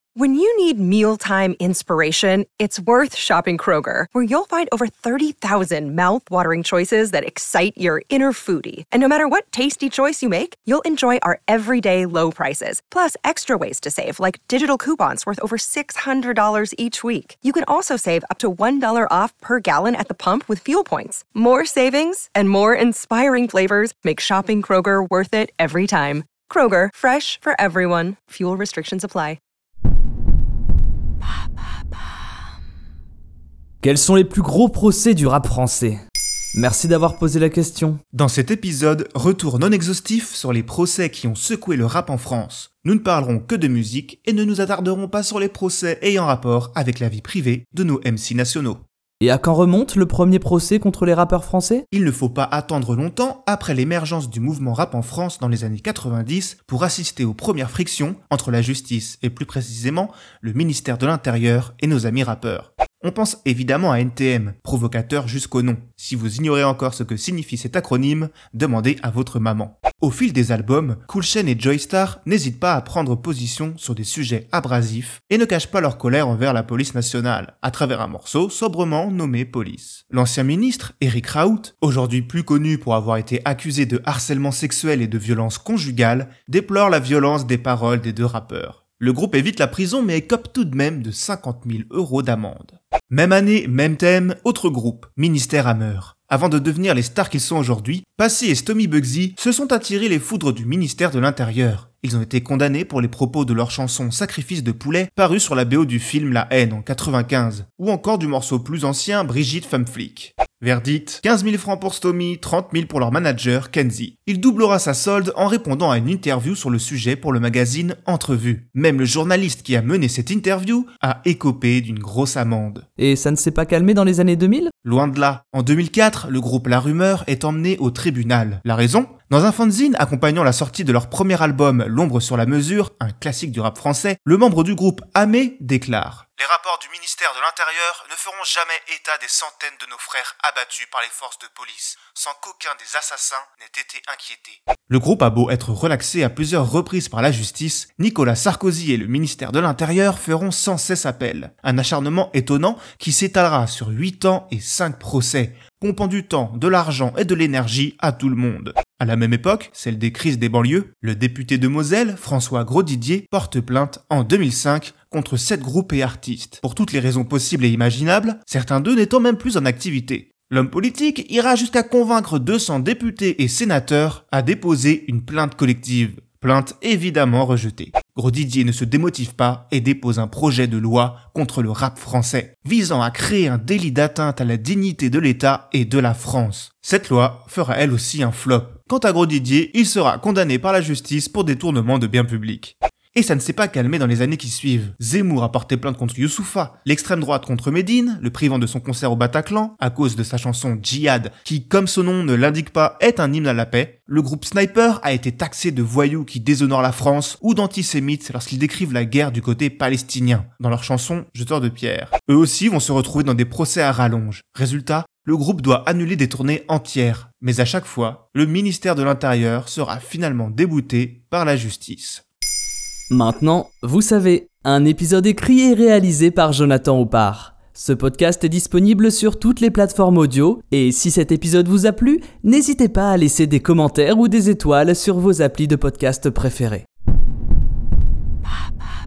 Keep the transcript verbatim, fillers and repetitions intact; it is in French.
When you need mealtime inspiration, it's worth shopping Kroger, where you'll find over thirty thousand mouth-watering choices that excite your inner foodie. And no matter what tasty choice you make, you'll enjoy our everyday low prices, plus extra ways to save, like digital coupons worth over six hundred dollars each week. You can also save up to one dollar off per gallon at the pump with fuel points. More savings and more inspiring flavors make shopping Kroger worth it every time. Kroger, fresh for everyone. Fuel restrictions apply. Quels sont les plus gros procès du rap français ? Merci d'avoir posé la question. Dans cet épisode, retour non exhaustif sur les procès qui ont secoué le rap en France. Nous ne parlerons que de musique et ne nous attarderons pas sur les procès ayant rapport avec la vie privée de nos M C nationaux. Et à quand remonte le premier procès contre les rappeurs français ? Il ne faut pas attendre longtemps après l'émergence du mouvement rap en France dans les années quatre-vingt-dix pour assister aux premières frictions entre la justice et plus précisément le ministère de l'Intérieur et nos amis rappeurs. On pense évidemment à N T M, provocateur jusqu'au nom. Si vous ignorez encore ce que signifie cet acronyme, demandez à votre maman. Au fil des albums, Cool Chain et Joystar n'hésitent pas à prendre position sur des sujets abrasifs et ne cachent pas leur colère envers la police nationale, à travers un morceau sobrement nommé Police. L'ancien ministre, Éric Raoult, aujourd'hui plus connu pour avoir été accusé de harcèlement sexuel et de violence conjugale, déplore la violence des paroles des deux rappeurs. Le groupe évite la prison mais écope tout de même de cinquante mille euros d'amende. Même année, même thème, autre groupe, Ministère Hammer. Avant de devenir les stars qu'ils sont aujourd'hui, Passy et Stomy Bugsy se sont attirés les foudres du ministère de l'Intérieur. Ils ont été condamnés pour les propos de leur chanson Sacrifice de poulet, paru sur la B O du film La Haine en quatre-vingt-quinze, ou encore du morceau plus ancien Brigitte Femme Flic. Verdict, quinze mille francs pour Stomy, trente mille pour leur manager, Kenzie. Il doublera sa solde en répondant à une interview sur le sujet pour le magazine Entrevue. Même le journaliste qui a mené cette interview a écopé d'une grosse amende. Et ça ne s'est pas calmé dans les années deux mille ? Loin de là. En deux mille quatre, le groupe La Rumeur est emmené au tribunal. La raison ? Dans un fanzine accompagnant la sortie de leur premier album L'ombre sur la mesure, un classique du rap français, le membre du groupe Amé déclare: « Les rapports du ministère de l'Intérieur ne feront jamais état des centaines de nos frères abattus par les forces de police, sans qu'aucun des assassins n'ait été inquiété. » Le groupe a beau être relaxé à plusieurs reprises par la justice, Nicolas Sarkozy et le ministère de l'Intérieur feront sans cesse appel. Un acharnement étonnant qui s'étalera sur huit ans et cinq procès, pompant du temps, de l'argent et de l'énergie à tout le monde. À la même époque, celle des crises des banlieues, le député de Moselle, François Grosdidier, porte plainte en deux mille cinq contre sept groupes et artistes, pour toutes les raisons possibles et imaginables, certains d'eux n'étant même plus en activité. L'homme politique ira jusqu'à convaincre deux cents députés et sénateurs à déposer une plainte collective. Plainte évidemment rejetée. Grosdidier ne se démotive pas et dépose un projet de loi contre le rap français, visant à créer un délit d'atteinte à la dignité de l'État et de la France. Cette loi fera elle aussi un flop. Quant à Grosdidier, il sera condamné par la justice pour détournement de biens publics. Et ça ne s'est pas calmé dans les années qui suivent. Zemmour a porté plainte contre Youssoupha, l'extrême droite contre Médine, le privant de son concert au Bataclan, à cause de sa chanson Djihad, qui, comme son nom ne l'indique pas, est un hymne à la paix. Le groupe Sniper a été taxé de voyous qui déshonorent la France, ou d'antisémites lorsqu'ils décrivent la guerre du côté palestinien, dans leur chanson Jeteur de pierre. Eux aussi vont se retrouver dans des procès à rallonge. Résultat, le groupe doit annuler des tournées entières. Mais à chaque fois, le ministère de l'Intérieur sera finalement débouté par la justice. Maintenant, vous savez, un épisode écrit et réalisé par Jonathan Oppard. Ce podcast est disponible sur toutes les plateformes audio, et si cet épisode vous a plu, n'hésitez pas à laisser des commentaires ou des étoiles sur vos applis de podcast préférés. Papa.